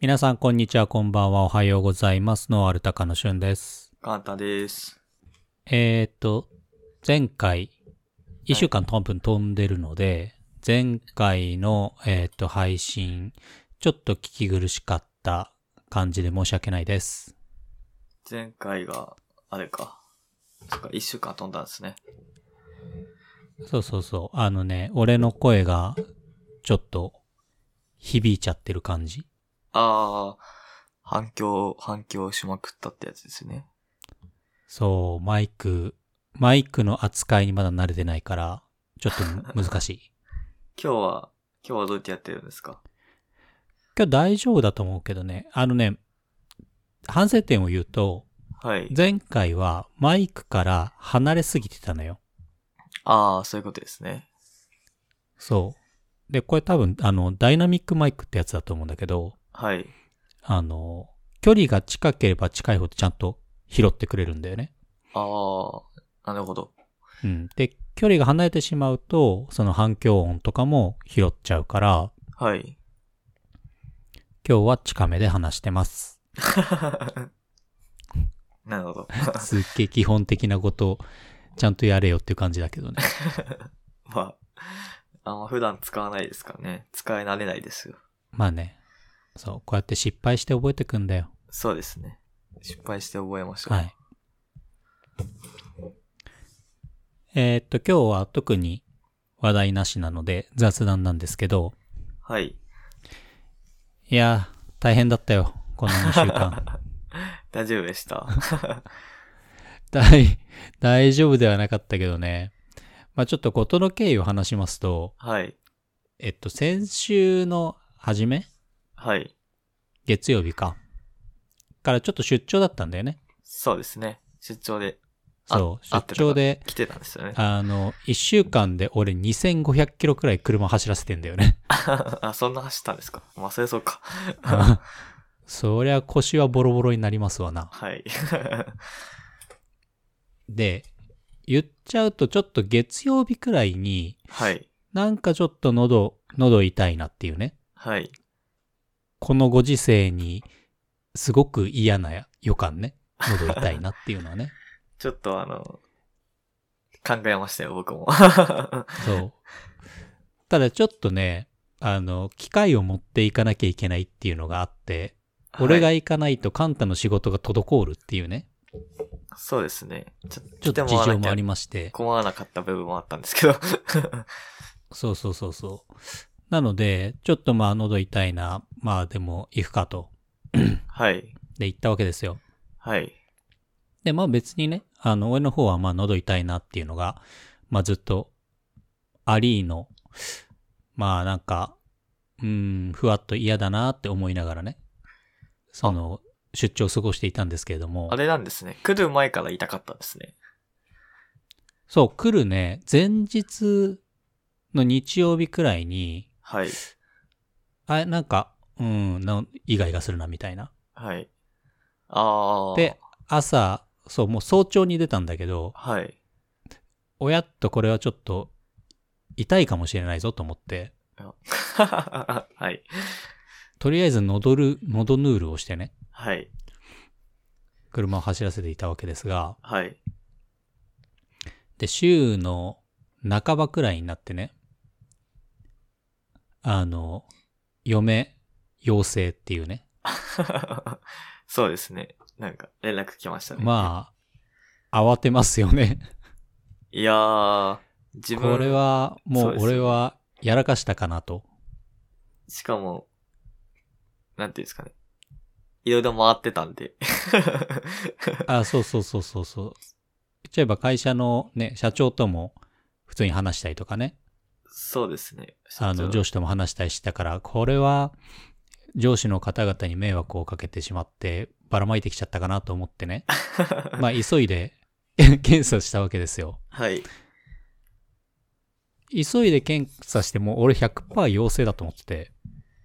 皆さん、こんにちは、こんばんは、おはようございます。ノアルタカのしゅんです。 カンタです。 前回、一週間多分飛んでるので、前回の、配信、ちょっと聞き苦しかった感じで申し訳ないです。 前回が、あれか。そっか、一週間飛んだんですね。 そうそうそう。俺の声が、ちょっと、響いちゃってる感じ。 反響しまくったってやつですね。 そう、マイクの扱いにまだ慣れてないから、ちょっと難しい。 今日はどうやってやってるんですか？ 今日大丈夫だと思うけどね。反省点を言うと、 はい。 前回はマイクから離れすぎてたのよ。 そういうことですね。 そう。で、これ多分、ダイナミックマイクってやつだと思うんだけど、 はい。 距離が近ければ近いほどちゃんと拾ってくれるんだよね。 なるほど。 うん。で、距離が離れてしまうと、その反響音とかも拾っちゃうから、 はい。 今日は近めで話してます。 なるほど。 すっげえ基本的なことをちゃんとやれよっていう感じだけどね。 ま普段使わないですからね。使い慣れないですよ。 まあね。そう、こうやって失敗して覚えてくんだよ。 そうですね。失敗して覚えましょう。 はい。今日は特に話題なしなので雑談なんですけど、 はい。 いやー、大変だったよ。この2週間。 大丈夫でした。 大丈夫ではなかったけどね。まあちょっと事の経緯を話しますと、 はい。 先週の初めはい。 月曜日からちょっと出張だったんだよね。 そうですね。出張で。 そう、出会ってた張で、 来てたんですよね。 1週間で俺2500キロくらい車走らせてんだよね。 そんな走ったんですか？まあ、そりゃそうか。 そりゃ腰はボロボロになりますわな。 はい。 で、言っちゃうとちょっと月曜日くらいに、 はい。 なんかちょっと喉痛いなっていうね。 はい。 このご時世に、すごく嫌な予感ね。喉痛いなっていうのはね。 ちょっと考えましたよ、僕も。 そう。ただちょっとね、機械を持っていかなきゃいけないっていうのがあって、俺がはい。 行かないとカンタの仕事が滞るっていうね。 そうですね。 ちょっと事情もありまして。 困らなかった部分もあったんですけど。 そうそうそうそう。なので、ちょっとまあ喉痛いな、まあでも行くかと。 はい。 で行ったわけですよ。 はい。 で、まあ別にね、俺の方はまあ喉痛いなっていうのが、まあずっと、ありの、まあなんか、ふわっと嫌だなって思いながらね、出張を過ごしていたんですけれども、 あれなんですね。来る前から痛かったんですね。 そう、来るね、前日の日曜日くらいに、 はい。 なんか、イガイガするなみたいな。 はい。 で、朝、そう、もう早朝に出たんだけど、 はい。 親とこれはちょっと痛いかもしれないぞと思って、 はい。 とりあえず喉ヌールをしてね、 はい。 車を走らせていたわけですが、 はい。 で、週の半ばくらいになってね、嫁陽性っていうね。 そうですね。なんか、連絡来ましたね。 まあ、慌てますよね。 いやー、自分、 これは、もう俺はやらかしたかなと。 しかも、なんていうんですかね。いろいろ回ってたんで。 そうそうそうそうそう。言っちゃえば会社のね、社長とも普通に話したりとかね。 そうですね。 上司とも話したりしたから、これは上司の方々に迷惑をかけてしまって、ばらまいてきちゃったかなと思ってね。まあ、急いで検査したわけですよ。 はい。 急いで検査しても俺100%陽性だと思ってて、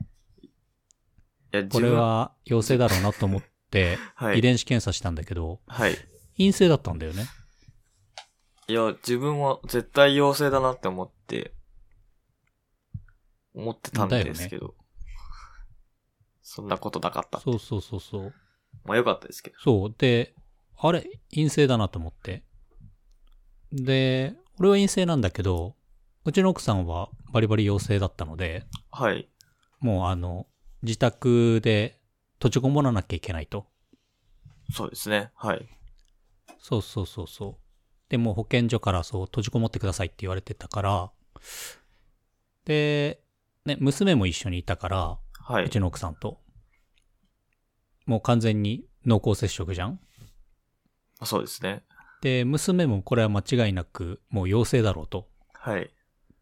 いや、 これは陽性だろうなと思って、 はい。 遺伝子検査したんだけど、 はい。 陰性だったんだよね。 いや、自分は絶対陽性だなって思ってたんですけど。 そんなことなかった。 そうそうそうそう。 まあよかったですけど。 そう。で、あれ、陰性だなと思って。で、俺は陰性なんだけど、うちの奥さんはバリバリ陽性だったので、 はい。 もう自宅で閉じこもらなきゃいけないと。 そうですね。はい。 そうそうそうそう。で、もう保健所からそう閉じこもってくださいって言われてたから、で、ね、娘も一緒にいたから、 はい。 うちの奥さんと。もう完全に濃厚接触じゃん。 そうですね。 で、娘もこれは間違いなくもう陽性だろうと。 はい。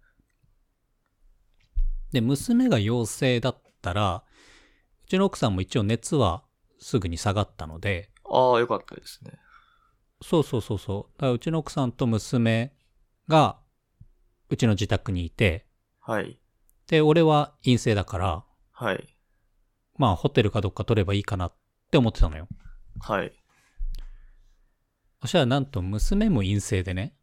で、娘が陽性だったら、うちの奥さんも一応熱はすぐに下がったので、 ああ、よかったですね。 そうそうそうそう。だからうちの奥さんと娘がうちの自宅にいて、 はい。 で、俺は陰性だから、 はい。 まあホテルかどっか取ればいいかなって思ってたのよ。 はい。 そしたらなんと娘も陰性でね。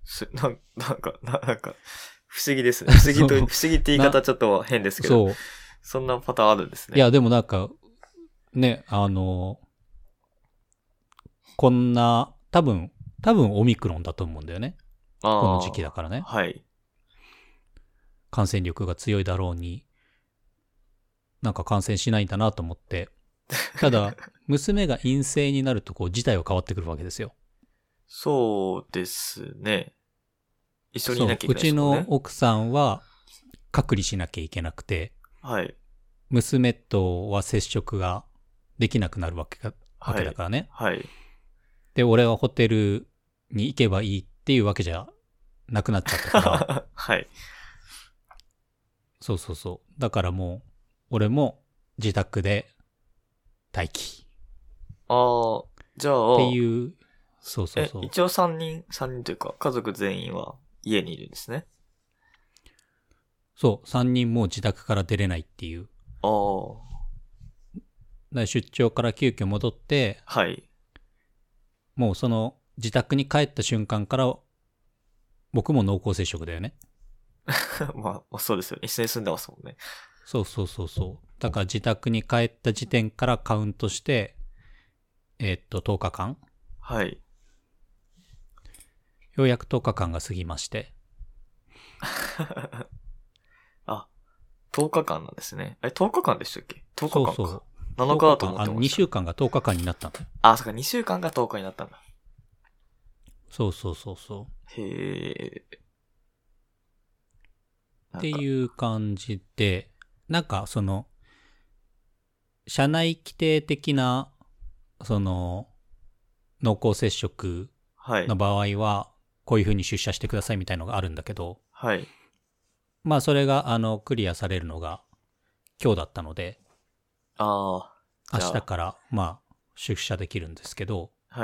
なんか、不思議ですね。不思議と、 そう不思議って言い方ちょっと変ですけど。 そう。 そんなパターンあるんですね。 いや、でもなんか、ね、こんな、多分オミクロンだと思うんだよね。 ああ、 この時期だからね。 はい。 感染力が強いだろうに、なんか感染しないんだなと思って。ただ、娘が陰性になるとこう事態は変わってくるわけですよ。 そうですね。一緒にいそう、 なきゃいけうちないですもんね。 の奥さんは隔離しなきゃいけなくて、 はい。 娘とは接触ができなくなるわけはい。 だからね。 はい。 で、俺はホテルに行けばいいっていうわけじゃなくなっちゃったから、 はい。 そうそうそう。だからもう、俺も自宅で待機ああ、じゃってあ、 いう、そうそうそう。 一応三人というか、家族全員は家にいるんですね。 そう、3人もう自宅から出れないっていう。だかああ、 ら出張から急遽戻って、 はい。 もうその自宅に帰った瞬間から僕も濃厚接触だよね。 まあ、そうですよね。一緒に住んでますもんね。 そうそうそうそう。だから自宅に帰った時点からカウントして、10日間はい。 ようやく10日間が過ぎまして。 あ、10日間なんですね。10日間でしたっけ？ 10 日間か。 そうそう。 7日だと思ってま 2 した。 週間が10日間になったんだよ。 あ、そっか、2週間が10日になったんだ。 そうそうそうそう。 へえ。 っていう感じで、なんかその、社内規定的な、その、濃厚接触はい。 の場合は、こういう風に出社してくださいみたいのがあるんだけど、 はい。 まあそれが、クリアされるのが今日だったので、 ああ、 明じゃあ、 日から、まあ、出社できるんですけど、 はい。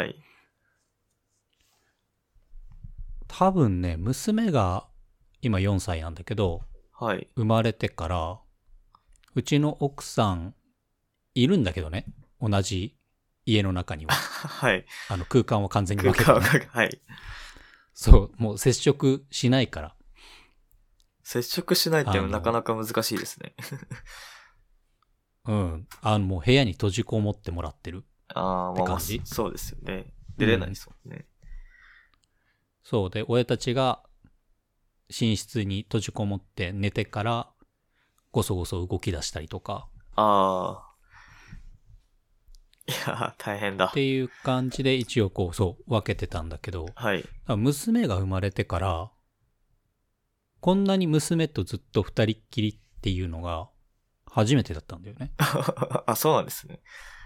多分ね、娘が今4歳なんだけど、 はい。 生まれてから、うちの奥さん、いるんだけどね、同じ家の中には。 はい。 空間を完全に分けて、ね。 はい。 そう、もう接触しないから。 接触しないってなかなか難しいですね。 うん。もう部屋に閉じこもってもらってるああ、まあまあ、 って感じ。 そうですよね。出れないですもんね。 そうで、親たちが寝室に閉じこもって寝てから、ごそごそ動き出したりとか。 ああ。いやー、大変だ。 っていう感じで一応こう、そう、分けてたんだけど、 はい。 娘が生まれてから、こんなに娘とずっと二人っきりっていうのが初めてだったんだよね。 あ、そうなんですね。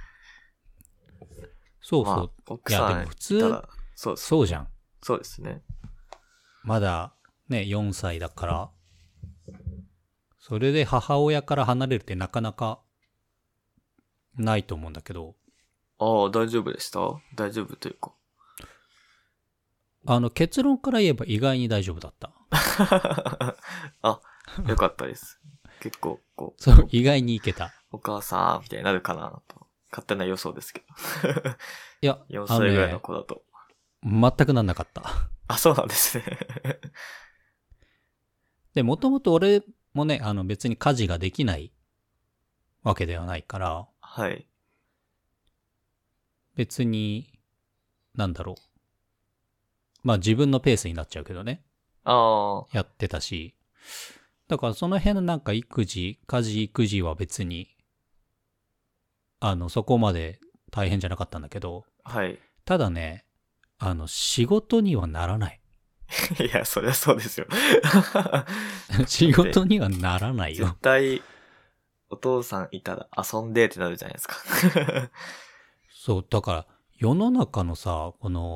そうそう。 まあ、奥いや、でさんも普通、 いたら、そうです。 そうじゃん。 そうですね。 まだね、4歳だから、それで母親から離れるってなかなかないと思うんだけど、 ああ、大丈夫でした？大丈夫というか。 結論から言えば意外に大丈夫だった。 あ、よかったです。結構、こう。 そう、意外にいけた。 お母さん、みたいになるかなと。勝手な予想ですけど。 いや、 4歳ぐらいの子だと。 全くなんなかった。 あ、そうなんですね。 で、もともと俺もね、別に家事ができないわけではないから、 はい。 別に、なんだろう。まあ自分のペースになっちゃうけどね。 ああ、 やってたし。だからその辺のなんか家事育児は別に、そこまで大変じゃなかったんだけど、 はい。 ただね、仕事にはならない。 いや、そりゃそうですよ。 仕事にはならない絶よ。 対、お父さんいたら遊んでってなるじゃないですか。 そう、だから世の中のさ、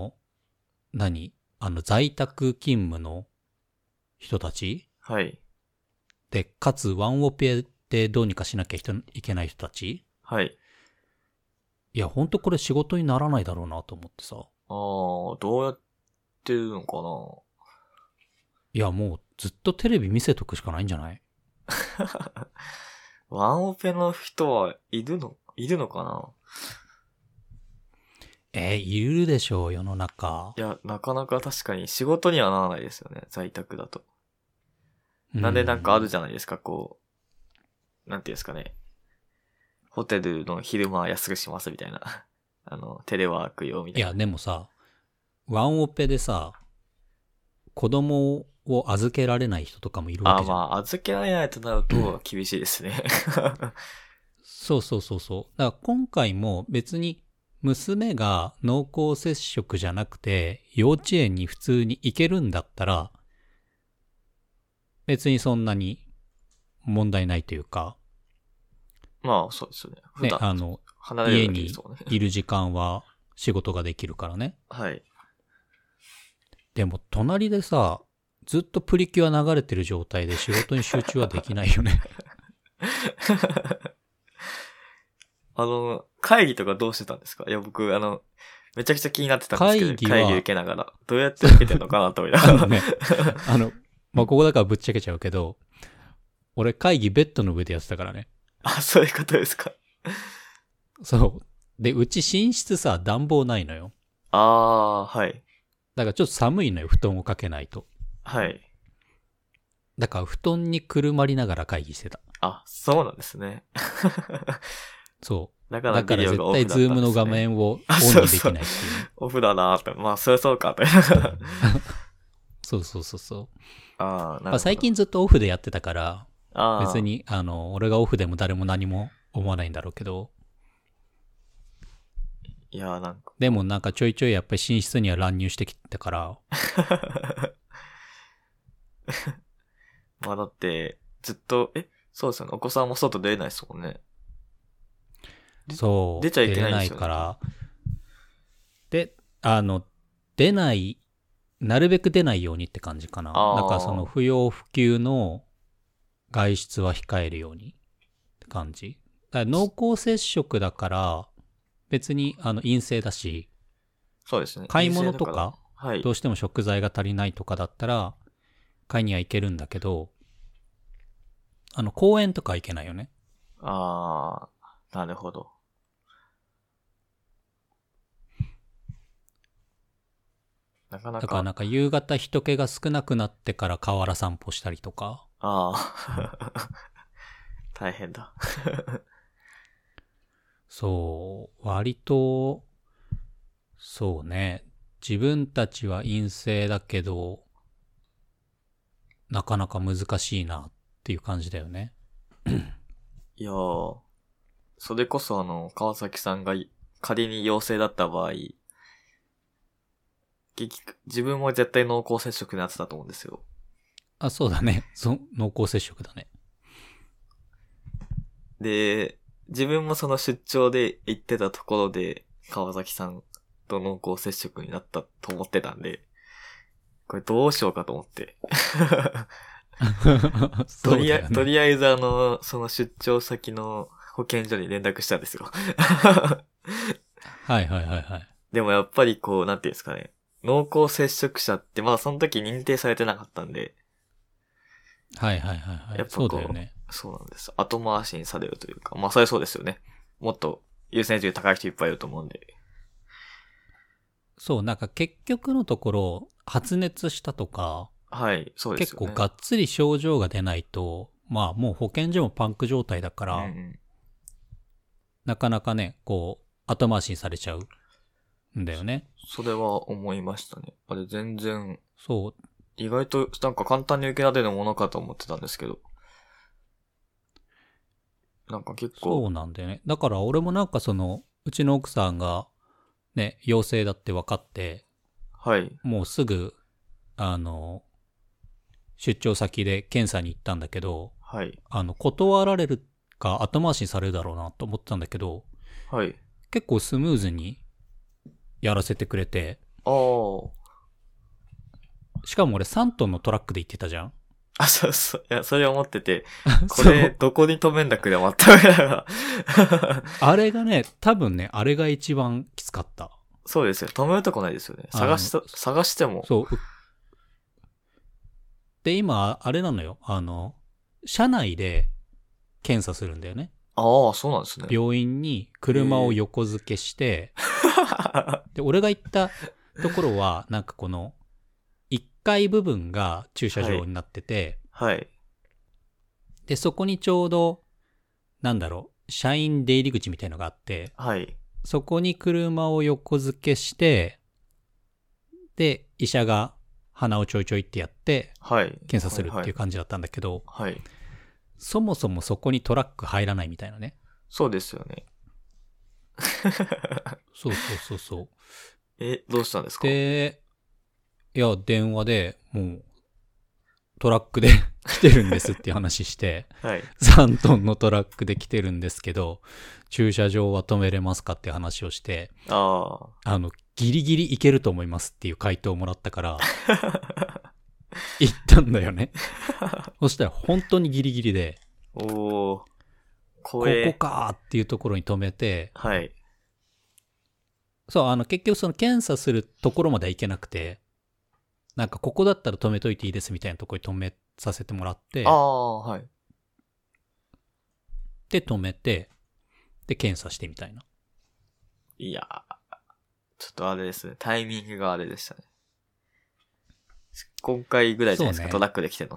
在宅勤務の人たちはい。 で、かつワンオペでどうにかしなきゃいけない人たち、 はい。 いや、ほんとこれ仕事にならないだろうなと思ってさ。 ああ、どうやってるのかいや、もうずっとテレビ見せとくしかないんじゃない？ な。ワンオペの人はいるのかな？ いるでしょう、世の中。 いや、なかなか確かに仕事にはならないですよね。在宅だと。なんでなんかあるじゃないですか、こう。なんていうんですかね。ホテルの昼間は安くしますみたいな。テレワーク用みたいな。 いや、でもさ、ワンオペでさ、子供を預けられない人とかもいるわああ、 けじゃん。 まあ、預けられないとなると厳しいですね。 そうそうそうそう。だから今回も別に娘が濃厚接触じゃなくて幼稚園に普通に行けるんだったら別にそんなに問題ないというか、 まあ、そうですよね。普ね、 段、離れるだけで家にすもんね。 いる時間は仕事ができるからね。 はい。 でも隣でさ、ずっとプリキュア流れてる状態で仕事に集中はできないよね。 会議とかどうしてたんですか？いや、僕、めちゃくちゃ気になってたんですけど、 会議は会議受けながら。どうやって受けてんのかなと思いながら。 ね、まあ、ここだからぶっちゃけちゃうけど、俺会議ベッドの上でやってたからね。 あ、そういうことですか。 そう。で、うち寝室さ、暖房ないのよ。 ああー、はい。 だからちょっと寒いのよ、布団をかけないと。 はい。 だから布団にくるまりながら会議してた。 あ、そうなんですね。 そう。 だからだからビデオがオ絶対ズフだったんですね。 ームの画面をオンあ、 にそうそう。 できないっていうね。 オフだなーって。まあ、そりゃそうかと。 そうそうそうそう。 ああ、なまあ、 るほど。 最近ずっとオフでやってたから、別あに、俺がオフでも誰も何も思わないんだろうけど、 あ、いやーなんか。 でもなんかちょいちょいやっぱり寝室には乱入してきてたから、 まあだって、ずっと、そうですよね。お子さんも外出れないですもんね。 そう、 出ちゃいけ出れないないんですよね。 から、で、出ない、なるべく出ないようにって感じかな。だからそのあ不要不急の外出は控えるようにって感じ。だから濃厚接触だから、別に陰性だし、 あ、そうですね。 買い物陰性だからとか、 はい。 どうしても食材が足りないとかだったら、買いには行けるんだけど、公園とか行けないよね。 ああ、なるほど。なかなか、 だからなんか夕方人気が少なくなってから河原散歩したりとか、 ああ、大変だ。 そう、割と、そうね、自分たちは陰性だけど、なかなか難しいなっていう感じだよね。 いやー、それこそ川崎さんが仮に陽性だった場合、結局、自分も絶対濃厚接触になってたと思うんですよ。 あ、そうだね。濃厚接触だね。 で、自分もその出張で行ってたところで、川崎さんと濃厚接触になったと思ってたんで、これどうしようかと思って。 そうだよね。 とりあえずその出張先の保健所に連絡したんですよ。 はいはいはいはい。 でもやっぱりこう、なんていうんですかね。濃厚接触者ってまだその時認定されてなかったんで、 はいはいはいはい。 やっぱこう、 そうだよね。 そうなんです。後回しにされるというか、まあそれそうですよね。もっと優先順位高い人いっぱいいると思うんで。 そう、なんか結局のところ、発熱したとか、 はい、そうです結構よね。 がっつり症状が出ないと、まあもう保健所もパンク状態だかうんうら、 ん。 なかなかね、こう、後回しにされちゃうんだよね。 それは思いましたね。あれ全然、 そう。 意外となんか簡単に受けられるものかと思ってたんですけど。なんか結構。 そうなんだよね。だから俺もなんかその、うちの奥さんがね、陽性だって分かって、 はい。 もうすぐ、出張先で検査に行ったんだけど、 はい。 断られるか後回しにされるだろうなと思ってたんだけど、 はい。 結構スムーズにやらせてくれて、 ああ。 しかも俺3トンのトラックで行ってたじゃん。 あ、そうそう。いや、それ思ってて、これ、 そう。 どこに止めんだっけで全くあれがね、多分ね、あれが一番きつかった。 そうですよ。止めるとこないですよね。探しても。 そう。で、今、あれなのよ。車内で検査するんだよね。 ああ、そうなんですね。 病院に車を横付けして、で、俺が行ったところは、なんかこの、1階部分が駐車場になってて、 はい。 で、そこにちょうど、なんだろう、社員出入り口みたいのがあって、 はい。 そこに車を横付けして、で、医者が鼻をちょいちょいってやって、 はい。 検査するっていうはい。 感じだったんだけど、 はい。 そもそもそこにトラック入らないみたいなね。 そうですよね。 そうそうそうそう。 どうしたんですか？ で、いや、電話でもう、トラックで来てるんですっていう話して、 はい。 3トンのトラックで来てるんですけど、駐車場は止めれますかっていう話をして、 あギリギリ行けると思いますっていう回答をもらったから、 あ。 行ったんだよね。そしたら本当にギリギリで、 おー、 こ怖え。 こかーっていうところに止めて、 はい。 そう、結局その検査するところまでは行けなくて、なんかここだったら止めといていいですみたいなところに止めさせてもらっあて、 あ、はい。 で止めて、で検査してみたいな。 いやー、ちょっとあれですね。タイミングがあれでしたね。今回ぐらいじゃないですか、 そうねトラックで来てんのって。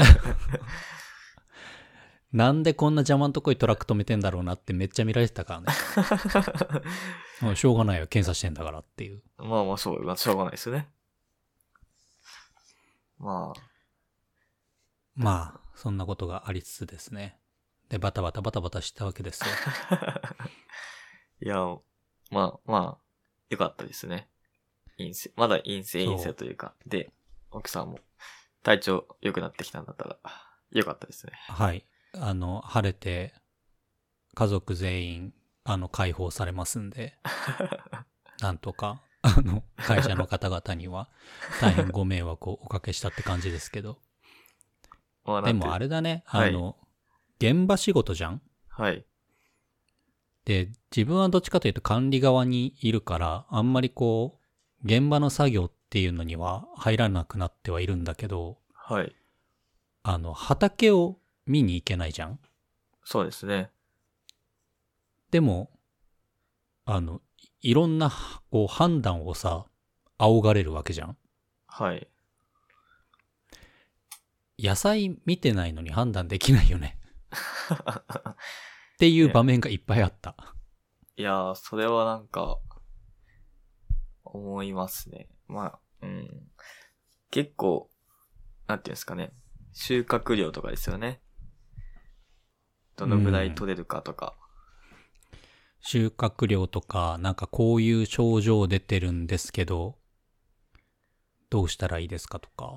なんでこんな邪魔なとこにトラック止めてんだろうなってめっちゃ見られてたからね。もうしょうがないよ、検査してんだからっていう。 まあまあそう、まあしょうがないですよね。ままあ、そんなことがありつつですね。で、バタバタバタバタしたわけですよ。 あ。いや、まあまあ、よかったですね。まだ陰性というか。で、奥さんも体調良くなってきたんだったら、よかったですね。 はい。晴れて、家族全員、解放されますんで、なんとか、会社の方々には大変ご迷惑をおかけしたって感じですけど。 まあなんて、 でもあれだね、 はい。 現場仕事じゃん。 はい。 で、自分はどっちかというと管理側にいるから、あんまりこう、現場の作業っていうのには入らなくなってはいるんだけど、 はい。 畑を見に行けないじゃん。 そうですね。 でも、いろんな、こう、判断をさ、仰がれるわけじゃん。 はい。 野菜見てないのに判断できないよね。っていうね、 場面がいっぱいあった。 いやー、それはなんか、思いますね。まあ、うん。結構、なんていうんですかね。収穫量とかですよね。どのぐらい取れるかとか。 収穫量とか、なんかこういう症状出てるんですけど、どうしたらいいですかとか。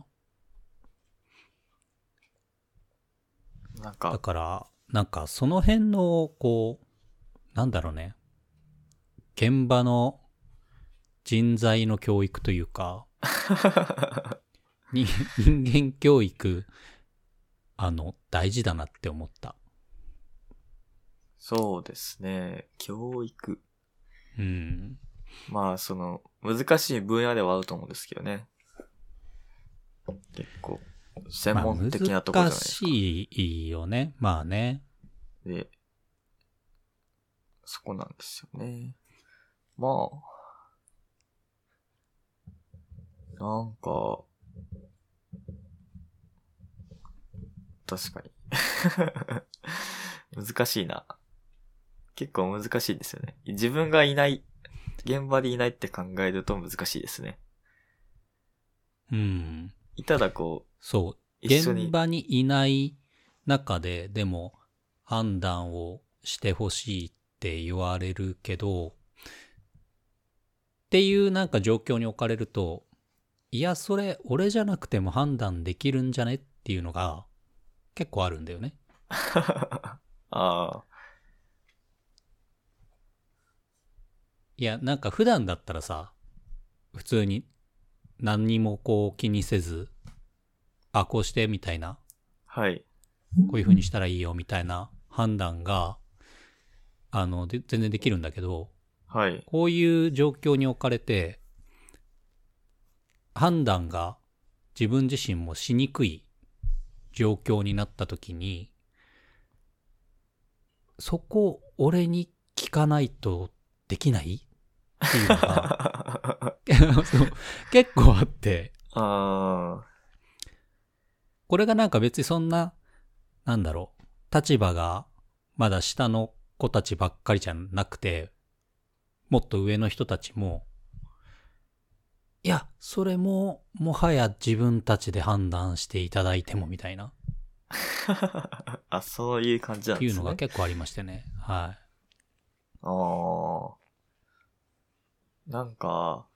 なんか、 だから、なんかその辺の、こう、なんだろうね。現場の人材の教育というか、に人間教育、大事だなって思った。 そうですね。教育。 うん。 まあ、難しい分野ではあると思うんですけどね。結構、専まあ門的なところじゃ難ないですか。 しいよね。まあね。 で、そこなんですよね。まあ、なんか、確かに。難しいな。 結構難しいですよね。自分がいない、現場にいないって考えると難しいですね。 うん。 いたらこう、 そう。 一緒に。 現場にいない中で、でも判断をしてほしいって言われるけど、っていうなんか状況に置かれると、いや、それ俺じゃなくても判断できるんじゃねっていうのが結構あるんだよね。 ああ。 いや、なんか普段だったらさ、普通に何にもこう気にせず、あ、こうしてみたいな、 はい。 こういう風にしたらいいよみたいな判断が、全然できるんだけど、 はい。 こういう状況に置かれて、判断が自分自身もしにくい状況になった時に、そこ俺に聞かないとできないっていうのがそう結構あって、 ああ。 これがなんか別にそんな、なんだろう、立場がまだ下の子たちばっかりじゃなくて、もっと上の人たちも、いや、それも、もはや自分たちで判断していただいてもみたいな、 あ、そういう感じなんいうのがですね。 結構ありましてね。はい。 ああ。なんか、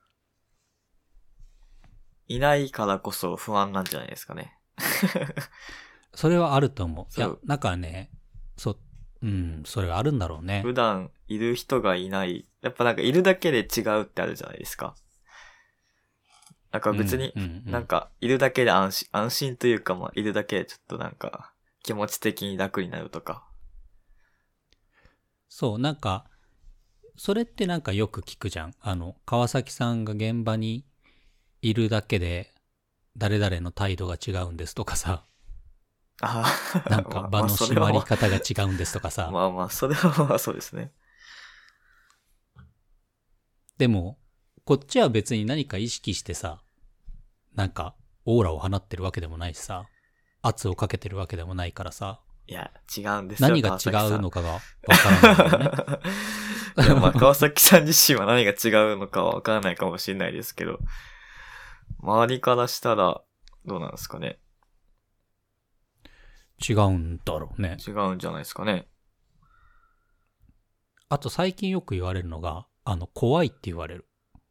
いないからこそ不安なんじゃないですかね。 それはあると思う。いやそう、 なんかね、それはあるんだろうね。 普段いる人がいない。やっぱなんかいるだけで違うってあるじゃないですか。なんか別に、なんかいるだけで安心というかまあいるだけでちょっとなんか気持ち的に楽になるとか。 そう、なんか、それってなんかよく聞くじゃん。川崎さんが現場にいるだけで、誰々の態度が違うんですとかさ、 あなんあ、まあまあか場のそれはま締まり方が違うんですとかあ、 さ、 まあまあそれはまあそうですね。 でも、こっちは別に何か意識してさ、なんか、オーラを放ってるわけでもないしさ、圧をかけてるわけでもないからさ、 いや、違うんですよ、 何が違川崎さん。 うのかがわからないんだよね。 いや、まあ、川崎さん自身は何が違うのかはわからないかもしれないですけど、周りからしたら、どうなんですかね。 違うんだろうね。 違うんじゃないですかね。 あと最近よく言われるのが、怖いって言われる。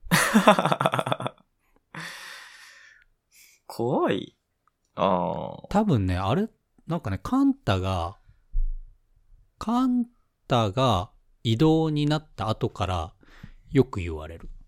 怖い。ああ。 多分ね、あれ、なんかね、カンタが異動になった後からよく言われる。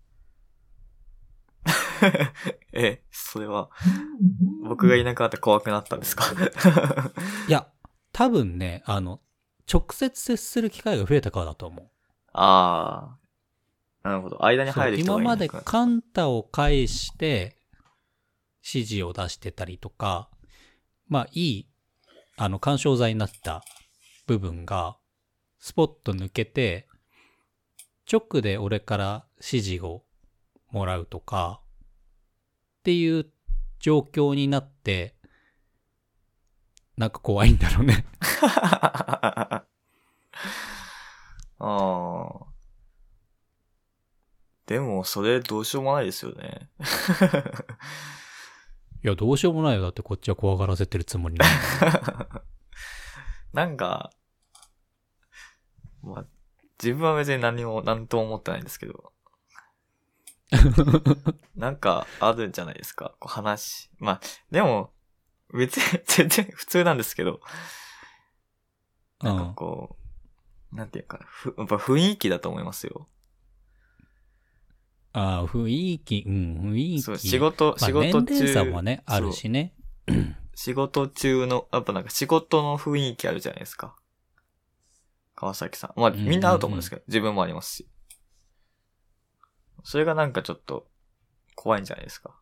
それは、僕がいなくなって怖くなったんですか？ いや、多分ね、直接接する機会が増えたからだと思う。 ああ。なるほど。間にそう、 入る人今までがいなくなった。 カンタを介して指示を出してたりとか、まあいい、干渉剤になった部分が、スポッと抜けて、直で俺から指示をもらうとか、っていう状況になって、なんか怖いんだろうね。 ああ。でも、それどうしようもないですよね。 いや、どうしようもないよ。だってこっちは怖がらせてるつもりないのに。 なんか、まあ、自分は別に何とも思ってないんですけど、なんかあるんじゃないですか、こう話。まあ、でも、別に全然普通なんですけど、なんかこう、なんていうかな、やっぱ雰囲気だと思いますよ。 ああ、雰囲気、雰囲そう、 気。まあ、 仕事年齢差中、 もね、あそう、 るしね。 仕事中の、やっぱなんか仕事の雰囲気あるじゃないですか。川崎さん。まあ、みんなあると思うんですけど、自分もありますし。それがなんかちょっと、怖いんじゃないですか。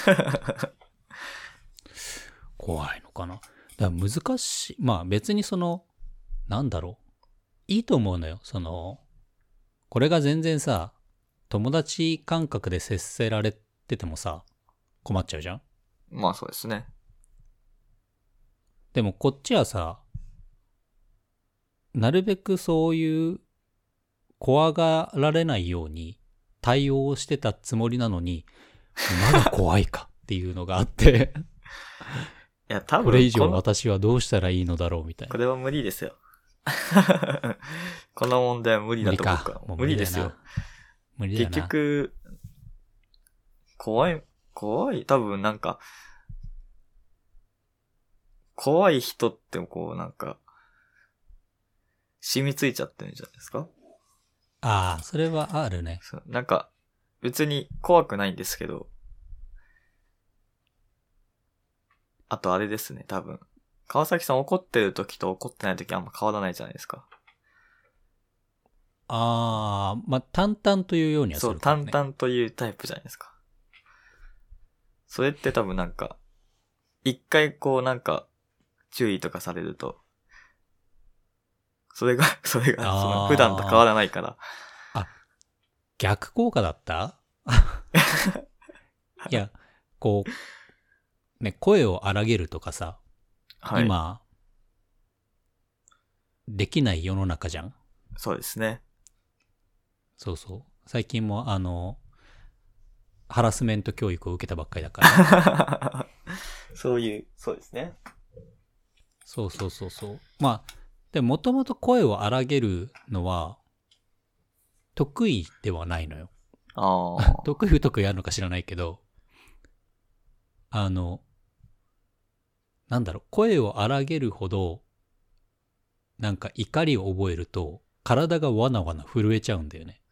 怖いのかな。だから難しい。まあ別になんだろう。いいと思うのよ。これが全然さ、友達感覚で接せられててもさ、困っちゃうじゃん。 まあそうですね。 でもこっちはさ、なるべくそういう怖がられないように対応してたつもりなのに、まだ怖いかっていうのがあって、 いや、多分これ以上私はどうしたらいいのだろうみたいな。 これは無理ですよ。この問題は無理だと僕は。 もう無理ですよ。 無理だな。 結局、怖い、多分なんか、怖い人ってこうなんか、染みついちゃってるんじゃないですか？ ああ、それはあるね。 そうなんか、別に怖くないんですけど、あとあれですね、多分。川崎さん怒ってる時と怒ってない時あんま変わらないじゃないですか。 ああ、まあ、淡々というようにはすそう、 るかもね。 淡々というタイプじゃないですか。それって多分なんか、一回こうなんか、注意とかされると、それが、その普段と変わらないから。 あ、逆効果だったいや、こう、ね、声を荒げるとかさ、 はい。 今、できない世の中じゃん。 そうですね。 そうそう。最近もハラスメント教育を受けたばっかりだから。 そうですね。 そうそうそうそう。まあ、でもともと声を荒げるのは、得意ではないのよ。 ああ。 得意不得意あるのか知らないけど、なんだろう、声を荒げるほど、なんか怒りを覚えると、体がわなわな震えちゃうんだよね。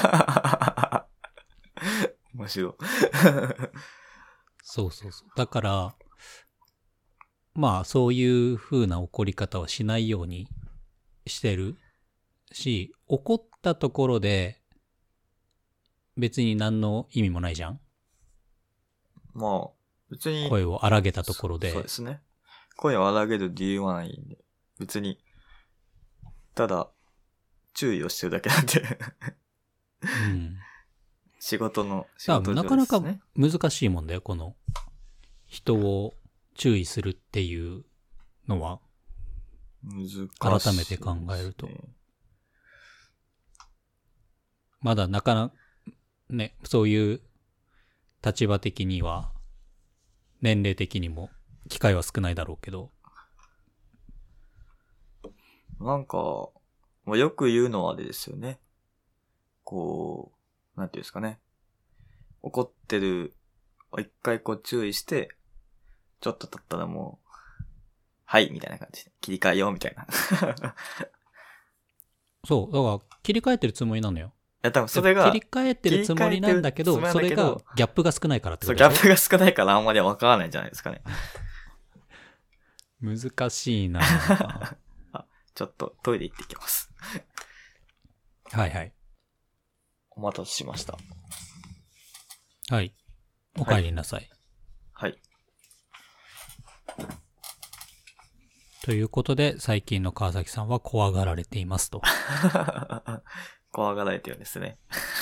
面白い。 そうそうそう。だから、まあそういう風な怒り方はしないようにしてるし、怒ったところで別に何の意味もないじゃん。 まあ、別に、 声を荒げたところで。 そうですね。声を荒げる理由はないんで、別に、ただ、注意をしてるだけなんで。 うん。 仕事上なかなかですね。 難しいもんだよ、この人を注意するっていうのは。 難しい、 改めて考えると。まだなかなかね、そういう立場的には、年齢的にも機会は少ないだろうけど。 なんか、まあ、よく言うのはあれですよね。こう、なんていうんですかね。怒ってる、一回こう注意して、ちょっと経ったらもう、はい、みたいな感じで、切り替えよう、みたいな。いそう、だから切り替えてるつもりなのよ。 や、多分それが、 切り替えてるつもりなんだけど、それがギャップが少ないからってそう、 ことでしょ？ ギャップが少ないからあんまりわからないんじゃないですかね。 難しいなあ、ちょっとトイレ行ってきます。 はいはい。 お待たせしました。 はい。お帰りなさい。 はい。 ということで、最近の川崎さんは怖がられていますと。 怖がられてるんですね。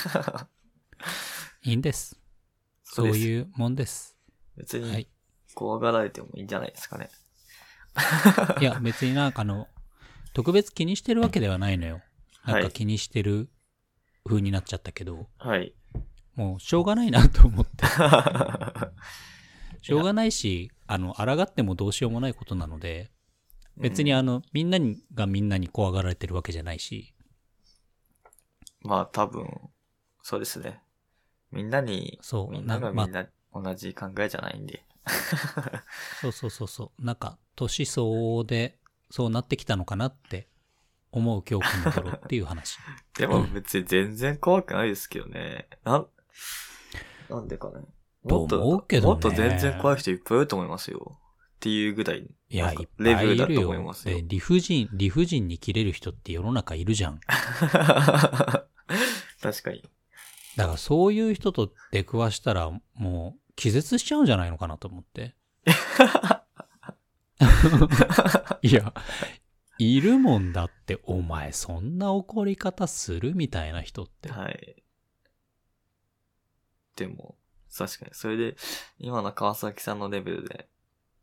いいんです。そういうもんです。 別に、 はい。 怖がられてもいいんじゃないですかね。 いや、別になんか特別気にしてるわけではないのよ。なんか気にしてる風になっちゃったけど、 はい。 もうしょうがないなと思って。しょうがないし、抗ってもどうしようもないことなので、別にみんながみんなに怖がられてるわけじゃないし。 まあ多分、そうですね。みんながみんな同じ考えじゃないんで。 そう。なんか、年相応でそうなってきたのかなって思う恐怖の頃っていう話。 でも別に全然怖くないですけどね。なんでかね。 と思うけどね。 もっと全然怖い人いっぱいいると思いますよ。っていうぐらい。 いや、いっレぱいいるベルだと思いよ。 ますよ。 で、理不尽に切れる人って世の中いるじゃん。 確かに。 だからそういう人と出くわしたらもう気絶しちゃうんじゃないのかなと思って。いや、いるもんだって、お前そんな怒り方するみたいな人って。 はい。でも、確かに。それで、今の川崎さんのレベルで、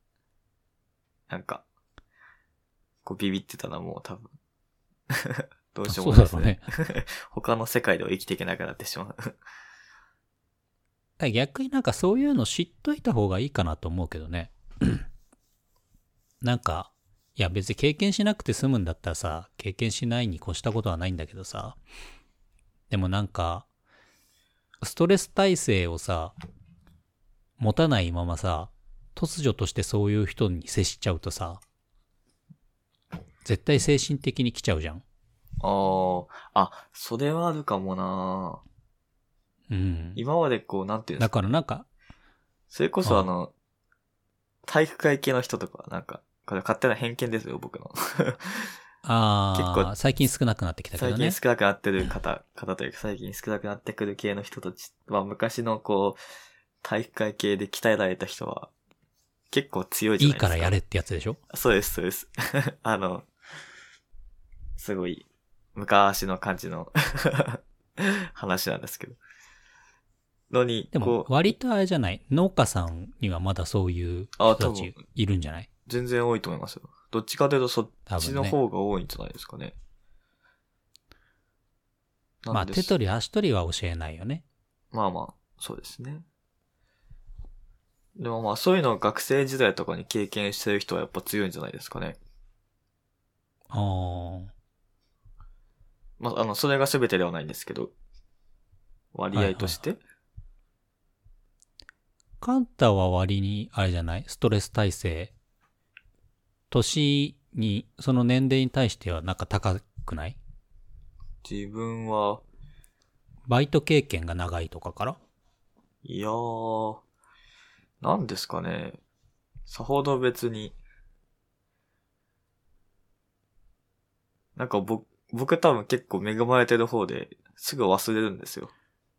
なんか、こうビビってたらもう多分、 どうしようそもないですうだろうね。 ね。他の世界では生きていけなくなってしまう。 逆になんかそういうの知っといた方がいいかなと思うけどね。なんか、いや別に経験しなくて済むんだったらさ、経験しないに越したことはないんだけどさ、でもなんか、ストレス耐性をさ、持たないままさ、突如としてそういう人に接しちゃうとさ、絶対精神的に来ちゃうじゃん。 それはあるかもな。 うん。 今までこう、なんていうんでだすか。 からなんか、 それこそ体育会系の人とか、なんか、これ勝手な偏見ですよ、僕の。結構、 最近少なくなってきたけ最近どね。 少なくなってる方というか、最近少なくなってくる系の人たちは、昔のこう、体育会系で鍛えられた人は、結構強いじゃいないですか。 いからやれってやつでしょ？ そうです、そうです。すごい、昔の感じの話なんですけど。のに、 でも、 こう、 割とあれじゃない。農家さんにはまだそういう人たちいるんじゃない？ 全然多いと思いますよ。どっちかというとそっちの多分ね。 方が多いんじゃないですかね。 まあ、手取り足取りは教えないよね。 まあまあ、そうですね。でもまあ、そういうのを学生時代とかに経験してる人はやっぱ強いんじゃないですかね。まあ、それが全てではないんですけど、割合として。 カンタは割に、あれじゃない？ストレス耐性。年に、その年齢に対してはなんか高くない？ 自分は、 バイト経験が長いとかから？ いやー、なんですかね。さほど別に。なんか僕多分結構恵まれてる方ですぐ忘れるんですよ。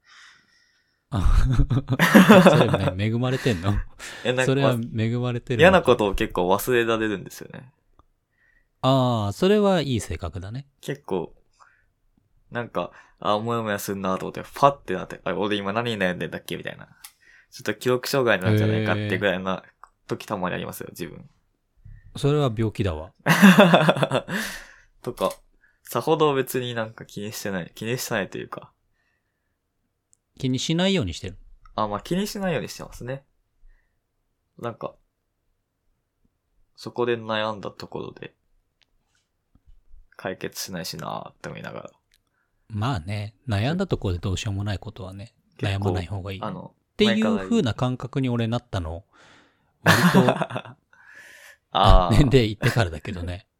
それね、恵まれてんの？それは恵まれてるの？ 嫌なことを結構忘れられるんですよね。 それはいい性格だね。 結構、なんか、もやもやすんなと思って、パッてなって、俺今何に悩んでんだっけみたいな。ちょっと記憶障害なんじゃないかってぐらいな時たまにありますよ、自分。 それは病気だわ。 とか、さほど別になんか気にしてないというか。 気にしないようにしてる。 まあ気にしないようにしてますね。なんか、そこで悩んだところで、解決しないしなーって思いながら。 まあね、悩んだところでどうしようもないことはね、悩まない方がいい。っていう風な感覚に俺なったの、割と、年齢いってからだけどね。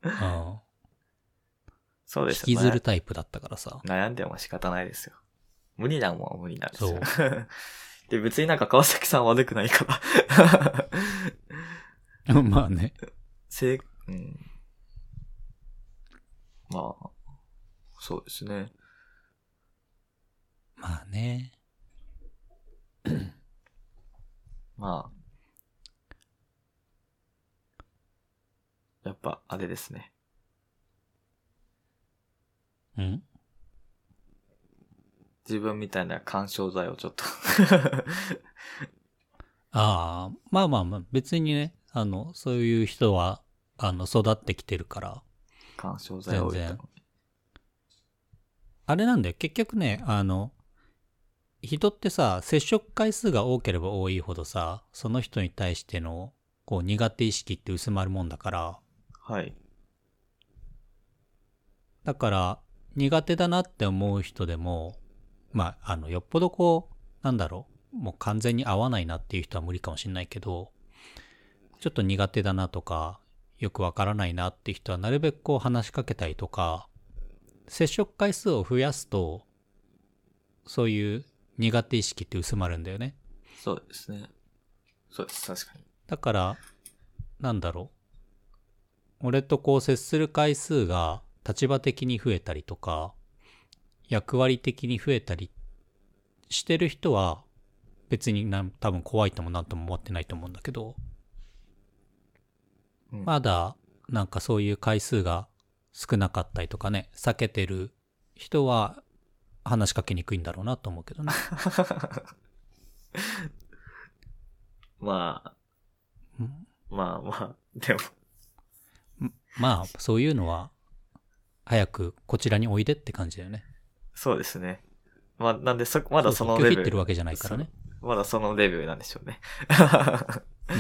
そうですよ。引きずるタイプだったからさ。 悩んでも仕方ないですよ。無理なもんは無理なんですよ。 そう。 で、別になんか川崎さん悪くないから。 まあね。 うん。まあ、そうですね。 まあね。 まあ、やっぱあれですね。自分みたいな干渉剤をちょっとまあまあまあ、別にね、そういう人は、育ってきてるから。 干渉剤を置いたの。 あれなんだよ、結局ね、人ってさ、接触回数が多ければ多いほどさ、その人に対しての、こう、苦手意識って薄まるもんだから。 はい。 だから、苦手だなって思う人でも、まあ、よっぽどこう、なんだろう、もう完全に合わないなっていう人は無理かもしれないけど、ちょっと苦手だなとか、よくわからないなっていう人はなるべくこう話しかけたりとか、接触回数を増やすと、そういう苦手意識って薄まるんだよね。 そうですね。そうです、確かに。 だから、なんだろう。俺とこう接する回数が立場的に増えたりとか、役割的に増えたりしてる人は、別に多分怖いともなんとも思ってないと思うんだけど、まだなんかそういう回数が少なかったりとかね、避けてる人は話しかけにくいんだろうなと思うけどね。 まあ、まあまあ、でも。 まあ、そういうのは早くこちらにおいでって感じだよね。 そうですね。まあ、なんでまだそのそうそうレベル。 拒否ってるわけじゃないからね。 まだそのレベルなんでしょうね。 うん。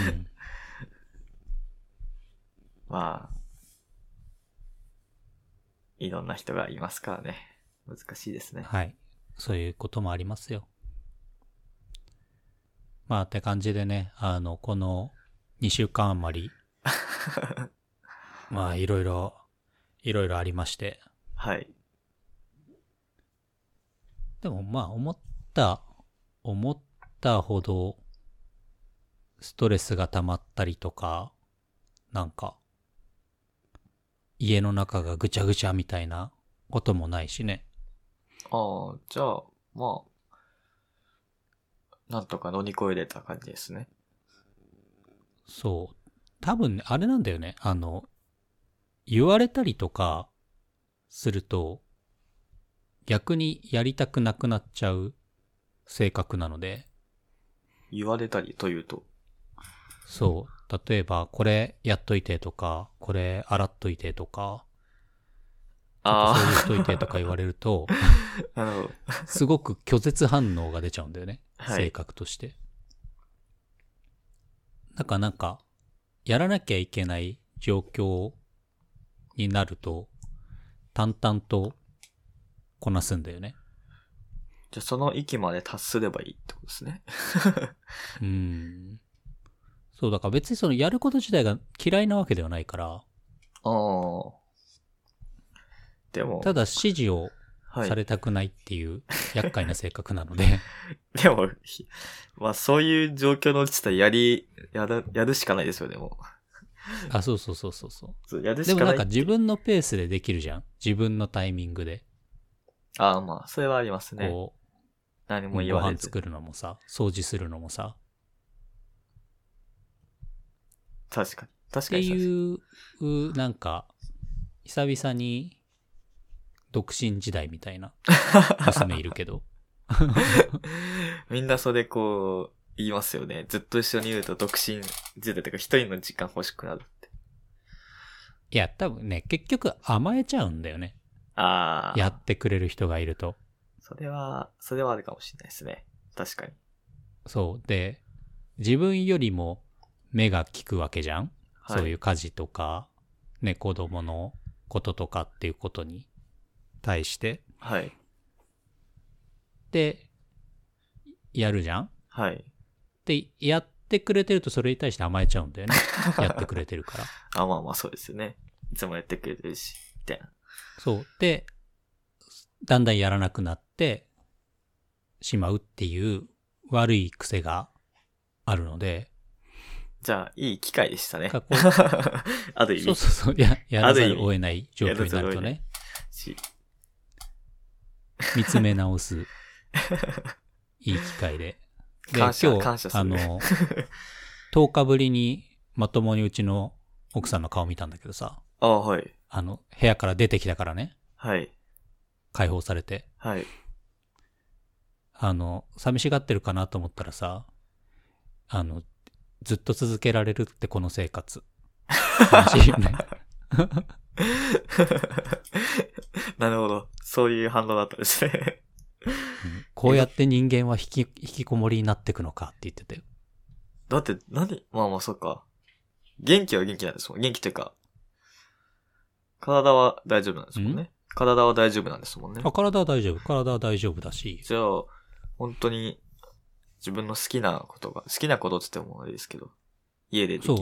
まあ、いろんな人がいますからね。難しいですね。 はい。そういうこともありますよ。まあ、って感じでね、この2週間余り、まあ、いろいろありまして。 はい。 でもまあ、思ったほど、ストレスが溜まったりとか、なんか、家の中がぐちゃぐちゃみたいなこともないしね。 ああ、じゃあ、まあ、なんとか乗り越えれた感じですね。 そう。多分ね、あれなんだよね。言われたりとかすると、逆にやりたくなくなっちゃう性格なので、 言われたりというと。 そう。例えば、これやっといてとか、これ洗っといてとか、ちょっと掃除しといてとか言われると、 なるほど。 すごく拒絶反応が出ちゃうんだよね。 はい性格として。だからなんか、やらなきゃいけない状況になると、淡々とこなすんだよね。 じゃあその域まで達すればいいってことですね。 そう、だから別にそのやること自体が嫌いなわけではないから、 ああ。でも。 ただ指示をされたくないっていう厄介な性格なので。 でも、まあそういう状況のうちとやるしかないですよね、もあ、そうそう。 う。やるしでもなかない。 んか自分のペースでできるじゃん。自分のタイミングで。 ああ、まあ、それはありますね。 こう、 何もご言われず。 飯作るのもさ、掃除するのもさ。 確かに。確ってかに。 いう、なんか、久々に、独身時代みたいな娘いるけど。 みんなそれこう、言いますよね。ずっと一緒にいると独身時代とか一人の時間欲しくなるって。 いや、多分ね、結局甘えちゃうんだよね。 ああ。 やってくれる人がいると。 それはあるかもしれないですね。確かに。 そう。で、自分よりも目が利くわけじゃん、 はい、 そういう家事とか、ね、子供のこととかっていうことに対して。 はい。 で、やるじゃん。 はい。 で、やってくれてるとそれに対して甘えちゃうんだよね。やってくれてるから。 あ、まあまあそうですよね。いつもやってくれてるし、みたいな。 そう。で、だんだんやらなくなってしまうっていう悪い癖があるので。 じゃあ、いい機会でしたね。ある意味。 そう。やらざるを得ない状況になるとね。見つめ直す。いい機会で。で、今日、10日ぶりにまともにうちの奥さんの顔見たんだけどさ。 ああ、はい。 部屋から出てきたからね。 はい。 解放されて。 はい。 寂しがってるかなと思ったらさ、ずっと続けられるってこの生活。悲しいよね。 なるほど。そういう反応だったんですね。 こうやって人間は引きこもりになってくのかって言ってたよ。 だって、まあまあ、そっか。元気は元気なんですもん。元気というか、体は大丈夫なんですもんね。体は大丈夫なんですもんね。 体は大丈夫だし。 じゃあ、本当に、自分の好きなことって言ってもあれですけど、家でできる。 そう、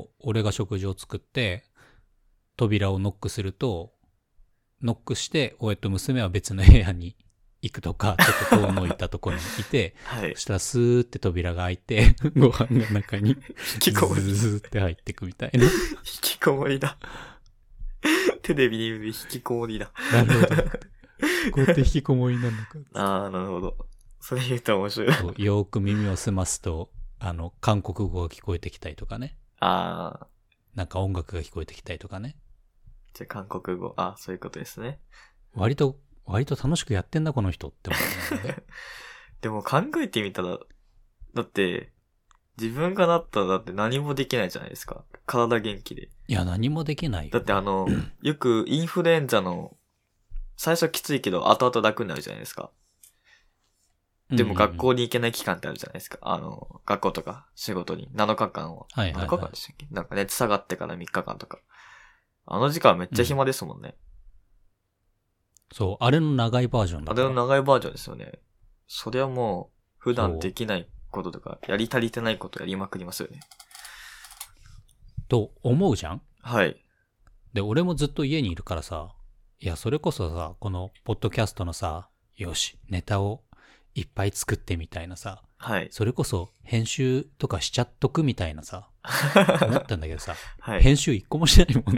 俺が食事を作って、扉をノックすると、ノックして、親と娘は別の部屋に行くとか、ちょっと遠のいたところにいて、 はい。 そしたらスーって扉が開いて、ご飯が中に、 引きこもり。 ズーって入ってくみたいな。 引きこもりだ。テレビに見る引きこもりだ。 なるほど。こうやって引きこもりなのか。 ああ、なるほど。それ言うと面白い。 よーく耳を澄ますと、韓国語が聞こえてきたりとかね。 ああ。 なんか音楽が聞こえてきたりとかね。 じゃあ韓国語。そういうことですね。 割と楽しくやってんだこの人って思うね。 でも考えてみたら、だって、 自分がなったらだって何もできないじゃないですか。体元気で。 いや、何もできないよ。 だってよくインフルエンザの、最初きついけど後々楽になるじゃないですか。でも学校に行けない期間ってあるじゃないですか。学校とか仕事に7日間は。 はいはいはい 7日間でしたっけ？なんか熱下がってから3日間とか。あの時間めっちゃ暇ですもんね。 そう、あれの長いバージョンだあから。 れの長いバージョンですよね。それはもう、普段できないこととか、やり足りてないことやりまくりますよね。 と思うじゃん？ はい。 で、俺もずっと家にいるからさ、いや、それこそさ、このポッドキャストのさ、よし、ネタをいっぱい作ってみたいなさ、 はい。 それこそ編集とかしちゃっとくみたいなさ、思ったんだけどさ、 はい。 編集一個もしないもんね。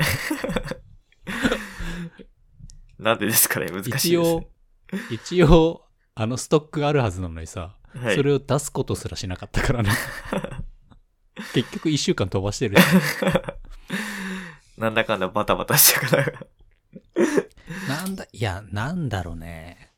なんでですかね、難しいですね。 一応、ストックがあるはずなのにさ、 はい、 それを出すことすらしなかったからね。結局一週間飛ばしてる。 なんだかんだバタバタしたから。 なんだろうね。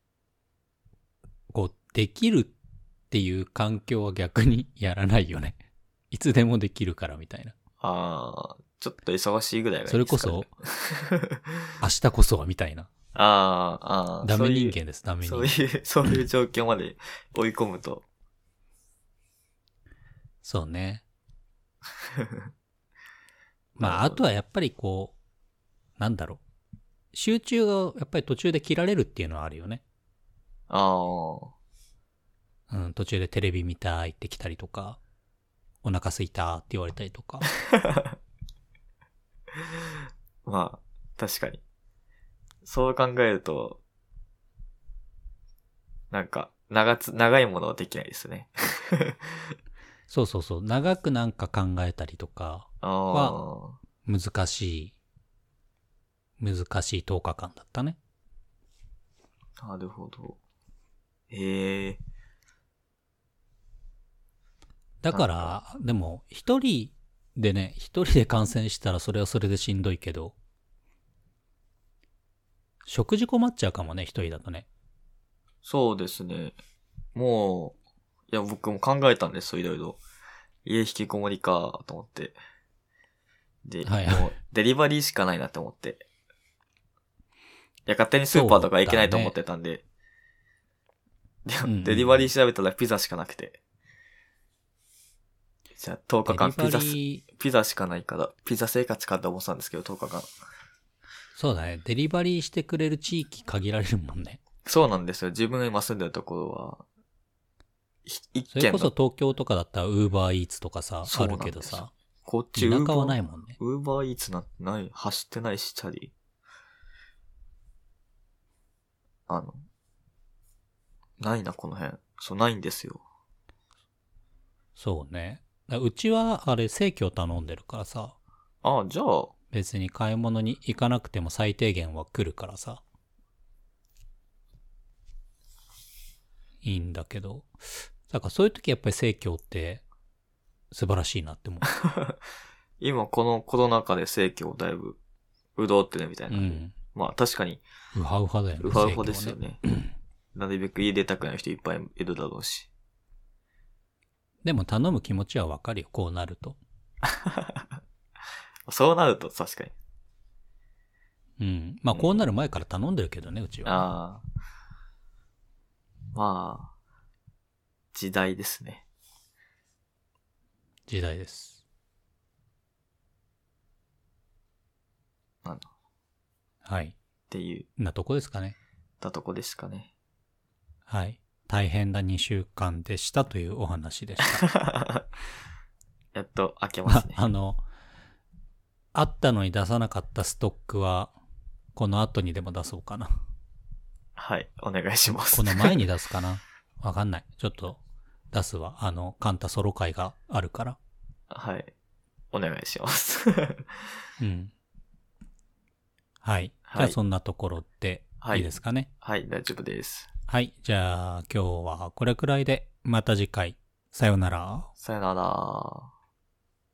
こう、できるっていう環境は逆にやらないよね。いつでもできるからみたいな。 ちょっと忙しいぐらいがいいそれですかね。 こそ、明日こそはみたいな。ダメ人間です、ダメ人間。 そういう状況まで追い込むと。 そうね。まあ、あとはやっぱりこう、なんだろう。集中がやっぱり途中で切られるっていうのはあるよね。途中でテレビ見たいって来たりとか、お腹空いたって言われたりとか。 まあ、確かに。そう考えると、なんか、長いものはできないですね。 そうそうそう。長くなんか考えたりとかは、難しい10日間だったね。 なるほど。へえ。 だから、でも、一人で感染したらそれはそれでしんどいけど、食事困っちゃうかもね、一人だとね。 そうですね。もう、いや、僕も考えたんですよ、いろいろ。家引きこもりか、と思って。で、 はいはいもう、デリバリーしかないなって思って。いや、勝手にスーパーとか行けないと思ってたんで。デリバリー調べたらピザしかなくて。じゃあ10日間ピザしかないから、ピザ生活かって思ってたんですけど、10日間。 そうだね。デリバリーしてくれる地域限られるもんね。 そうなんですよ。自分が今住んでるところは、 それこそ東京とかだったらウーバーイーツとかさ、あるけどさ。 こっち田舎はないもんね。 ウーバーイーツなんてない、走ってないし、チャリ。ないな、この辺。そう、ないんですよ。 そうね。うちは、あれ、生協頼んでるからさ。 じゃあ。 別に買い物に行かなくても最低限は来るからさ。いいんだけど。だからそういう時やっぱり生協って素晴らしいなって思う。 今このコロナ禍で生協だいぶ潤ってるみたいな。まあ確かに。 ウハウハだよね。 ウハウハですよね。なるべく家出たくない人いっぱいいるだろうし。 でも頼む気持ちはわかるよ、こうなると。 そうなると確かに。まあこうなる前から頼んでるけどね、うちは。 まあ、時代ですね。 時代です。はい。 っていう。 なとこですかね。 とこですかね。 はい。大変な2週間でしたというお話でした。 やっと開けますね。 あったのに出さなかったストックは、この後にでも出そうかな。 はい、お願いします。 この前に出すかな。わかんない。ちょっと出すわ。カンタソロ会があるから。 はい。お願いします。 はい。じゃあそんなところでいいですかね。 はい、大丈夫です。 はい。じゃあ今日はこれくらいで、また次回。さよなら。 さよなら。